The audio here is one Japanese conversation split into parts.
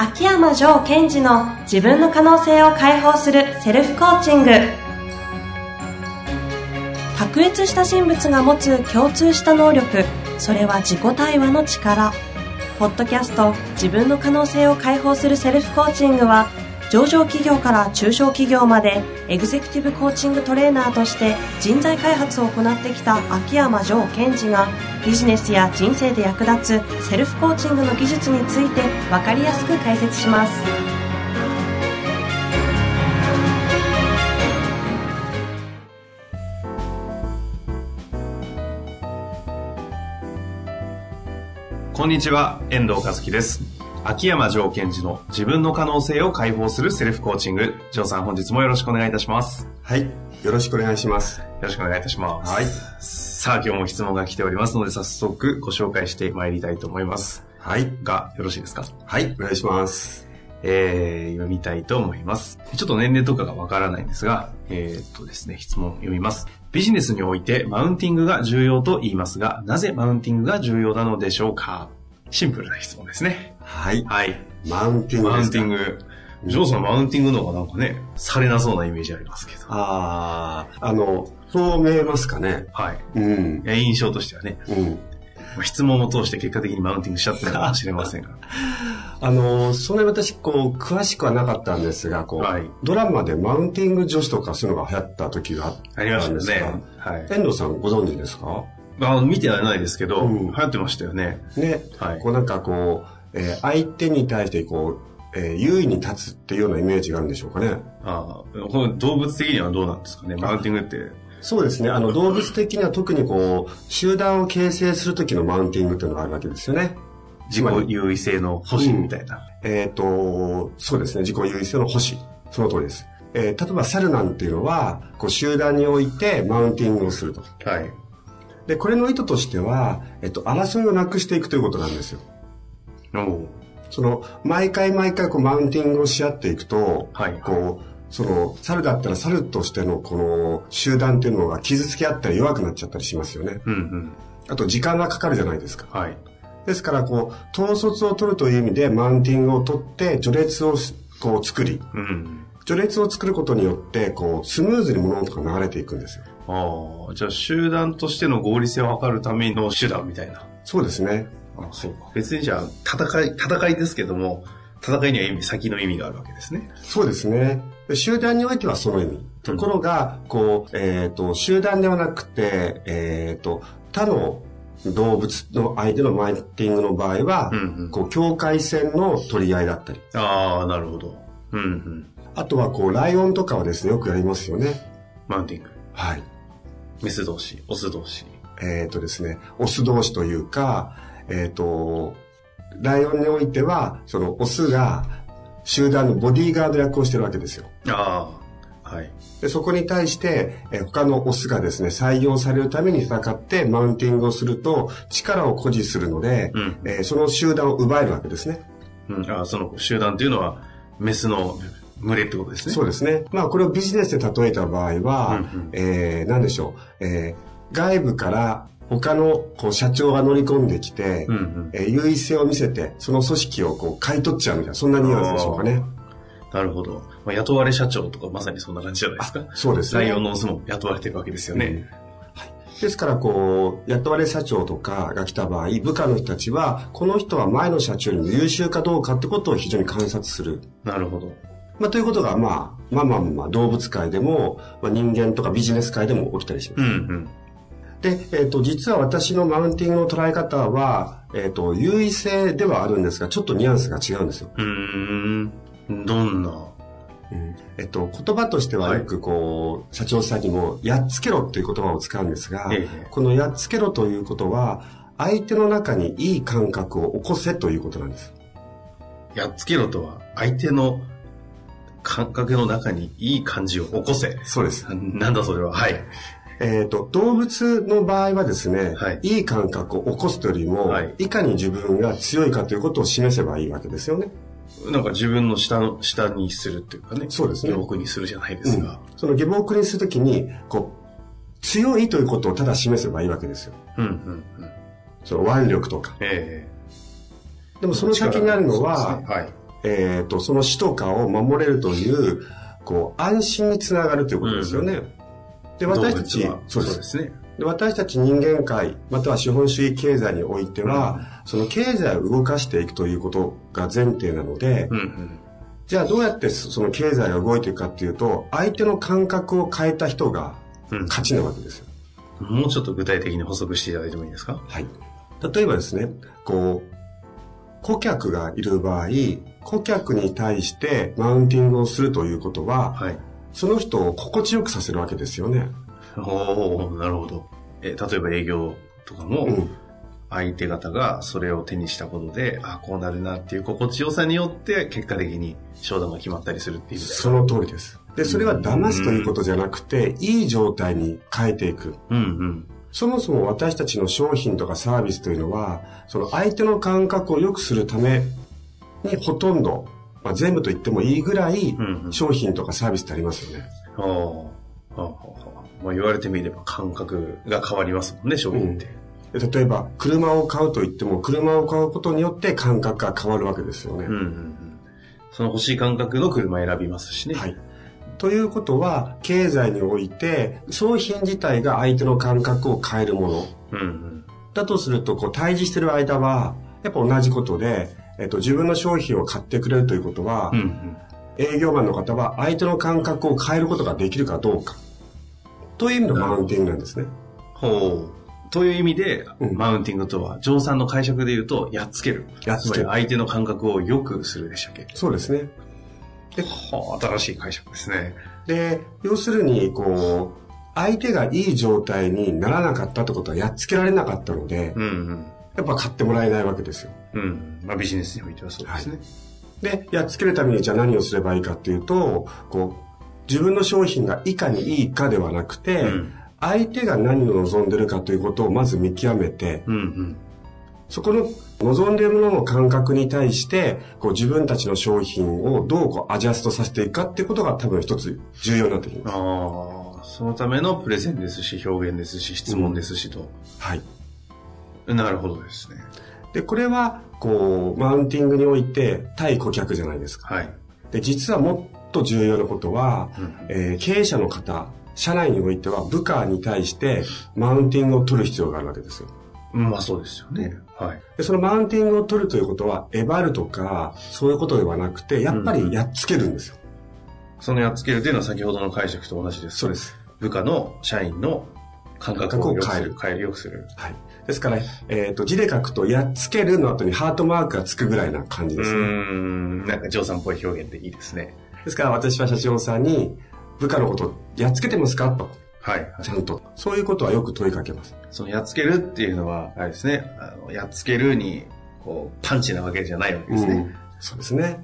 秋山城賢治の自分の可能性を解放するセルフコーチング。卓越した人物が持つ共通した能力、それは自己対話の力。ポッドキャスト自分の可能性を解放するセルフコーチングは、上場企業から中小企業までエグゼクティブコーチングトレーナーとして人材開発を行ってきた秋山城賢治が、ビジネスや人生で役立つセルフコーチングの技術について分かりやすく解説します。 こんにちは、遠藤和樹です。秋山城賢治の自分の可能性を解放するセルフコーチング。城さん、本日もよろしくお願いいたします。 はい、よろしくお願いします。 よろしくお願いいたします。 はい。 さあ、今日も質問が来ておりますので、早速ご紹介してまいりたいと思います。 はい。 が、よろしいですか？ はい、お願いします。 読みたいと思います。ちょっと年齢とかがわからないんですが、ですね、質問読みます。ビジネスにおいてマウンティングが重要と言いますが、なぜマウンティングが重要なのでしょうか？シンプルな質問ですね。 はい。 はい。 マウンティングですか？ マウンティング。ジョーさん、マウンティングの方がなんかね、されなそうなイメージありますけど。 そう見えますかね。 はい。 うん。 印象としてはね。 うん。 質問を通して結果的にマウンティングしちゃってるのかもしれませんが。 それ私、詳しくはなかったんですが、 はい、 ドラマでマウンティング女子とかそういうのが流行った時があったんですか？ ありましたね。はい。 遠藤さんご存知ですか？ 見てはないですけど、流行ってましたよね。 ね。はい。相手に対して優位に立つっていうようなイメージがあるんでしょうかね。 この動物的にはどうなんですかね、マウンティングって。 そうですね。動物的には特に集団を形成する時のマウンティングっていうのがあるわけですよね。 自己優位性の保持みたいな。 そうですね。自己優位性の保持。その通りです。例えば猿なんていうのは、集団においてマウンティングをすると。 はい。 で、これの意図としては、争いをなくしていくということなんですよ。毎回マウンティングをし合っていくと、はい、猿だったら猿としての集団っていうのが傷つけ合ったり弱くなっちゃったりしますよね。 うんうん。 あと時間がかかるじゃないですか。 はい。 ですから統率を取るという意味でマウンティングを取って序列を作り、 うん、 序列を作ることによってスムーズに物事が流れていくんですよ。 じゃあ集団としての合理性を図るための手段みたいな。 そうですね。 そうか。別にじゃあ戦いですけども、戦いには先の意味があるわけですね。 そうですね。集団においてはその意味。ところが、集団ではなくて、他の動物の相手のマウンティングの場合は、境界線の取り合いだったり。 なるほど。うんうん。 あとはライオンとかはですね、よくやりますよね。 マウンティング。 はい。 メス同士、オス同士。 ですね、オス同士というか、ライオンにおいては、オスが集団のボディーガード役をしてるわけですよ。 はい。 で、そこに対して、他のオスがですね、採用されるために戦ってマウンティングをすると、力を誇示するので、その集団を奪えるわけですね。 その集団というのは、メスの群れってことですね。 そうですね。これをビジネスで例えた場合は、何でしょう、外部から他の社長が乗り込んできて、優位性を見せて、その組織を買い取っちゃうみたいな、そんなニュアンスでしょうかね。 なるほど。雇われ社長とかまさにそんな感じじゃないですか。 そうですね。 ライオンのオスも雇われてるわけですよね。 はい、ですから雇われ社長とかが来た場合、部下の人たちは、この人は前の社長よりも優秀かどうかってことを非常に観察する。 なるほど。 ということが、動物界でも、人間とかビジネス界でも起きたりします。で、実は私のマウンティングの捉え方は、優位性ではあるんですが、ちょっとニュアンスが違うんですよ。 どんな？ 言葉としてはよく社長さんにも、やっつけろっていう言葉を使うんですが、このやっつけろということは、相手の中にいい感覚を起こせということなんです。 やっつけろとは、相手の感覚の中にいい感じを起こせ。 そうです。 なんだそれは。はい。 動物の場合はですね、いい感覚を起こすというよりも、いかに自分が強いかということを示せばいいわけですよね。 なんか自分の下にするっていうかね。 そうですね。 下僕にするじゃないですか。 その下僕にするときに、強いということをただ示せばいいわけですよ。その腕力とか。 でもその先にあるのは、 その死とかを守れるという、安心につながるということですよね。で、私たち、 そうですね。 で、私たち人間界、または資本主義経済においては、その経済を動かしていくということが前提なので、じゃあどうやってその経済が動いていくかっていうと、相手の感覚を変えた人が勝ちなわけですよ。 もうちょっと具体的に補足していただいてもいいですか？ はい。例えばですね、顧客がいる場合、顧客に対してマウンティングをするということは、その人を心地よくさせるわけですよね。 おー、なるほど。例えば営業とかも、相手方がそれを手にしたことで、こうなるなっていう心地よさによって結果的に商談が決まったりするっていう。 その通りです。で、それは騙すということじゃなくて、いい状態に変えていく。そもそも私たちの商品とかサービスというのは、その相手の感覚を良くするためにほとんど、全部と言ってもいいぐらい、商品とかサービスってありますよね。 言われてみれば感覚が変わりますもんね、商品って。 例えば、車を買うと言っても、車を買うことによって感覚が変わるわけですよね。 その欲しい感覚の車選びますしね。 ということは、経済において、商品自体が相手の感覚を変えるもの。だとすると、対峙してる間は、やっぱ同じことで、自分の商品を買ってくれるということは、営業マンの方は相手の感覚を変えることができるかどうか。という意味のマウンティングなんですね。 という意味で、マウンティングとは、ジョーさんの解釈で言うと、やっつける。つまり相手の感覚を良くするでしたっけ？ そうですね。 で、新しい解釈ですね。 で、要するに、相手がいい状態にならなかったってことはやっつけられなかったので、やっぱ買ってもらえないわけですよ。 ビジネスにおいてはそうですね。 で、やっつけるためにじゃあ何をすればいいかっていうと、自分の商品がいかにいいかではなくて、相手が何を望んでるかということをまず見極めて、そこの望んでいるものの感覚に対して、自分たちの商品をどうアジャストさせていくかっていうことが多分一つ重要になってきます。 そのためのプレゼンですし、表現ですし、質問ですしと。なるほどですね。 で、これは、マウンティングにおいて対顧客じゃないですか。で、実はもっと重要なことは、経営者の方、社内においては部下に対してマウンティングを取る必要があるわけですよ。 そうですよね。 で、そのマウンティングを取るということは、えばるとか、そういうことではなくて、やっぱりやっつけるんですよ。 そのやっつけるというのは先ほどの解釈と同じです。 そうです。 部下の社員の感覚を変える、良くする。 ですから、字で書くと、やっつけるの後にハートマークがつくぐらいな感じですね。 なんか、ジョーさんっぽい表現でいいですね。 ですから、私は社長さんに、部下のこと、やっつけてますかと。ちゃんと。そういうことはよく問いかけます。 そのやっつけるっていうのは、あれですね、やっつけるに、パンチなわけじゃないわけですね。 そうですね。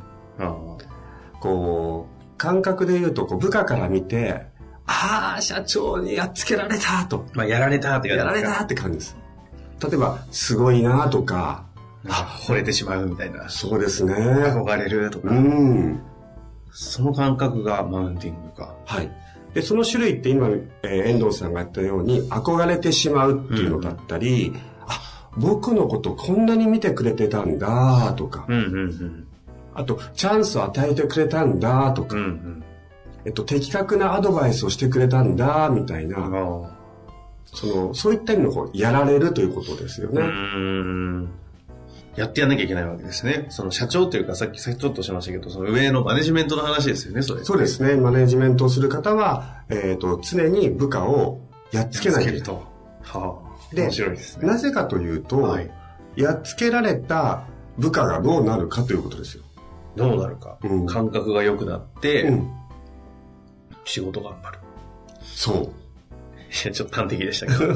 感覚で言うと、部下から見て、社長にやっつけられたと。 やられたって感じですか？ やられたって感じです。例えば、すごいなとか、 惚れてしまうみたいな。 そうですね。 憧れるとか。その感覚がマウンティングか。 で、その種類って今、遠藤さんが言ったように、憧れてしまうっていうのだったり、僕のことこんなに見てくれてたんだとか、あと、チャンスを与えてくれたんだとか、的確なアドバイスをしてくれたんだみたいな、そういった意味のやられるということですよね。 やってやんなきゃいけないわけですね。その社長というか、さっきちょっとしましたけど、その上のマネジメントの話ですよね、それ。 そうですね。マネジメントをする方は、常に部下をやっつけないといけない。で、 面白いですね。 なぜかというと、やっつけられた部下がどうなるかということですよ。 どうなるか。感覚が良くなって、仕事頑張る。 そう。 いや、ちょっと端的でしたけど。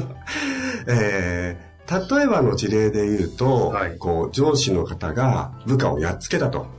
例えばの事例で言うと、上司の方が部下をやっつけたと。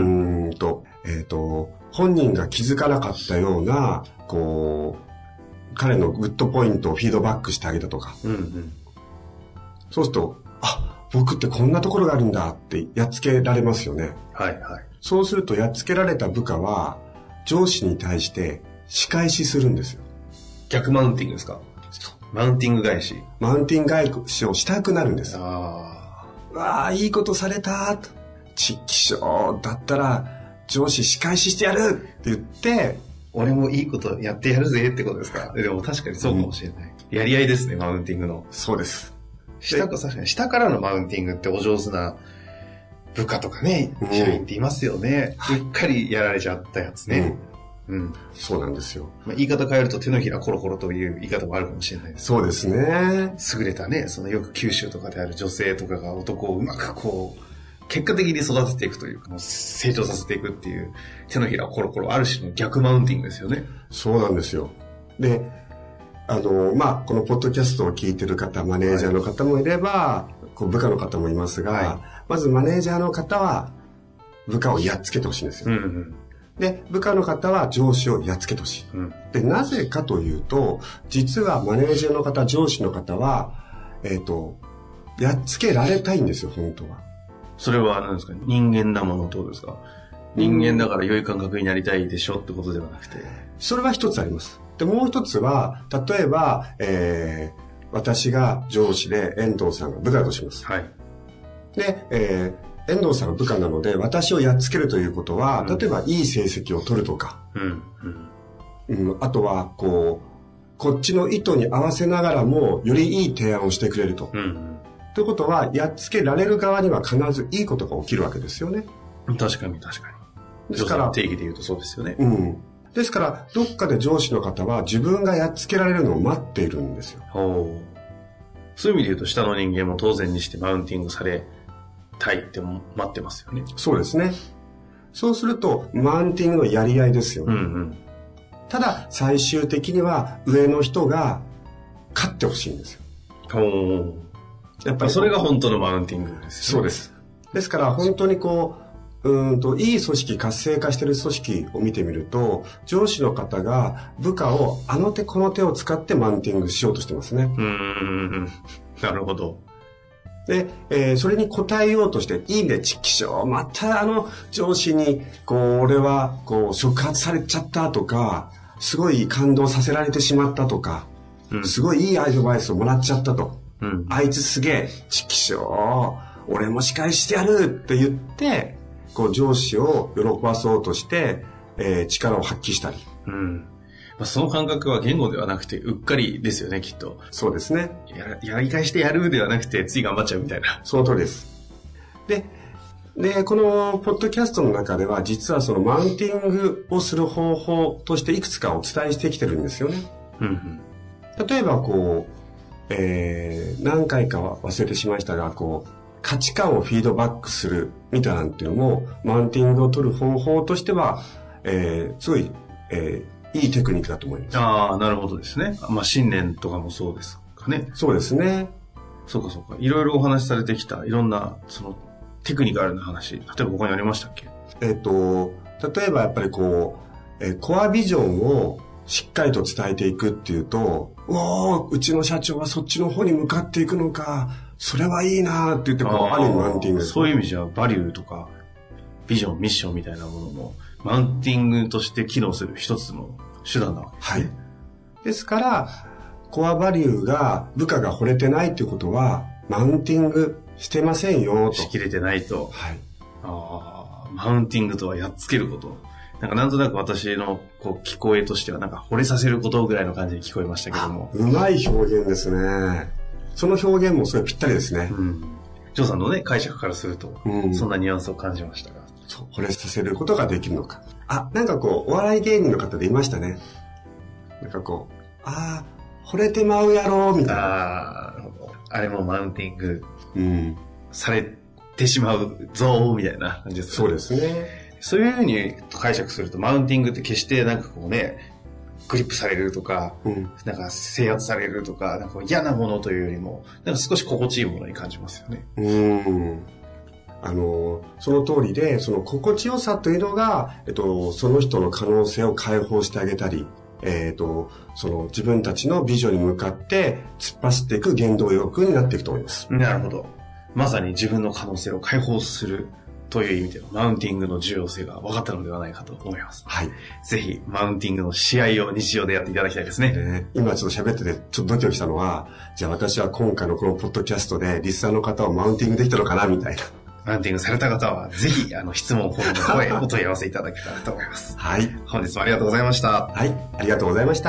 本人が気づかなかったような、彼のグッドポイントをフィードバックしてあげたとか。そうすると、僕ってこんなところがあるんだってやっつけられますよね。そうすると、やっつけられた部下は、上司に対して仕返しするんですよ。 逆マウンティングですか？マウンティング返し。 マウンティング返しをしたくなるんです。いいことされたと。 ちきしょうだったら上司仕返ししてやるって言って、 俺もいいことやってやるぜってことですか。でも確かにそうかもしれない。やり合いですね、マウンティングの。 そうです。 確かに下からのマウンティングってお上手な部下とかね、社員っていますよね。うっかりやられちゃったやつね。 そうなんですよ。 言い方変えると手のひらコロコロという言い方もあるかもしれないです。 そうですね。 優れたね、そのよく九州とかである女性とかが男をうまく結果的に育てていくというか、成長させていくっていう手のひらコロコロある種の逆マウンティングですよね。 そうなんですよ。で、このポッドキャストを聞いてる方、マネージャーの方もいれば、部下の方もいますが、まずマネージャーの方は部下をやっつけてほしいんですよ。で、部下の方は上司をやっつけてほしい。で、なぜかというと、実はマネージャーの方、上司の方は、やっつけられたいんですよ、本当は。 それは何ですか？人間だものってことですか？人間だから良い感覚になりたいでしょってことではなくて。 それは一つあります。で、もう一つは、例えば、私が上司で遠藤さんが部下だとします。はい。で、遠藤さんが部下なので、私をやっつけるということは、例えばいい成績を取るとか、あとは、こっちの意図に合わせながらも、よりいい提案をしてくれると。ということは、やっつけられる側には必ずいいことが起きるわけですよね。 確かに。ですから、定義で言うとそうですよね。 ですから、どっかで上司の方は自分がやっつけられるのを待っているんですよ。 そういう意味で言うと、下の人間も当然にしてマウンティングされたいって待ってますよね。 そうですね。そうすると、マウンティングのやり合いですよね。ただ、最終的には上の人が勝ってほしいんですよ。 やっぱりそれが本当のマウンティングですよね。 そうです。ですから、本当にいい組織、活性化している組織を見てみると、上司の方が部下をあの手この手を使ってマウンティングしようとしてますね。 なるほど。 で、それに応えようとして、いいね、ちっきしょう、また上司に、俺は、触発されちゃったとか、すごい感動させられてしまったとか、すごいいいアドバイスをもらっちゃったと。あいつすげえ、ちっきしょう、俺も仕返してやるって言って、上司を喜ばそうとして、力を発揮したり。 その感覚は言語ではなくて、うっかりですよね、きっと。 そうですね。 やり返してやるではなくて、次頑張っちゃうみたいな。 その通りです。で、このポッドキャストの中では、実はそのマウンティングをする方法としていくつかお伝えしてきてるんですよね。例えば何回かは忘れてしまいましたが、価値観をフィードバックするみたいなのっていうのも、マウンティングを取る方法としては、すごい、いいテクニックだと思います。 なるほどですね。信念とかもそうですかね。 そうですね。 そうか。いろいろお話しされてきた、いろんな、テクニカルな話、例えば他にありましたっけ？ 例えばやっぱりコアビジョンをしっかりと伝えていくっていうと、うちの社長はそっちの方に向かっていくのか、それはいいなって言って、ある意味マウンティングです、ね。 そういう意味じゃ、バリューとか、ビジョン、ミッションみたいなものも、マウンティングとして機能する一つの手段なわけですね。はい。 ですから、コアバリューが、部下が惚れてないっていうことは、マウンティングしてませんよと。 しきれてないと。 はい。 マウンティングとはやっつけること。なんとなく私の聞こえとしては、惚れさせることぐらいの感じに聞こえましたけども。 うまい表現ですね。その表現もすごいぴったりですね。 ジョーさんのね、解釈からすると、そんなニュアンスを感じましたが。 惚れさせることができるのか。お笑い芸人の方でいましたね。惚れてまうやろ、みたいな。 なるほど。あれもマウンティング、されてしまうぞ、みたいな感じですか。 そうですね。 そういうふうに解釈すると、マウンティングって決してグリップされるとか、制圧されるとか、嫌なものというよりも、少し心地いいものに感じますよね。 その通りで、その心地よさというのが、その人の可能性を解放してあげたり、その自分たちのビジョンに向かって突っ走っていく原動力になっていくと思います。 なるほど。まさに自分の可能性を解放するという意味でのマウンティングの重要性が分かったのではないかと思います。 はい。 ぜひ、マウンティングの試合を日常でやっていただきたいですね。 今ちょっと喋ってて、ちょっとドキドキしたのは、じゃあ私は今回のこのポッドキャストでリスナーの方をマウンティングできたのかなみたいな。 マウンティングされた方は、ぜひ、質問フォームの方へお問い合わせいただけたらと思います。 はい。 本日もありがとうございました。 はい。ありがとうございました。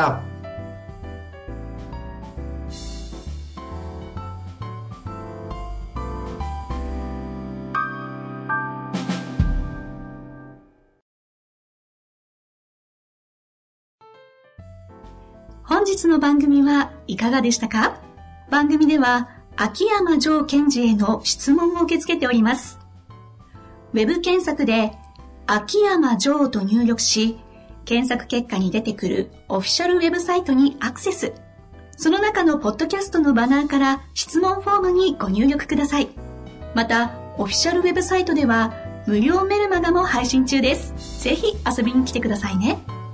本日の番組はいかがでしたか？番組では秋山城賢治への質問を受け付けております。ウェブ検索で秋山城と入力し、検索結果に出てくるオフィシャルウェブサイトにアクセス。その中のポッドキャストのバナーから質問フォームにご入力ください。また、オフィシャルウェブサイトでは無料メルマガも配信中です。ぜひ遊びに来てくださいね。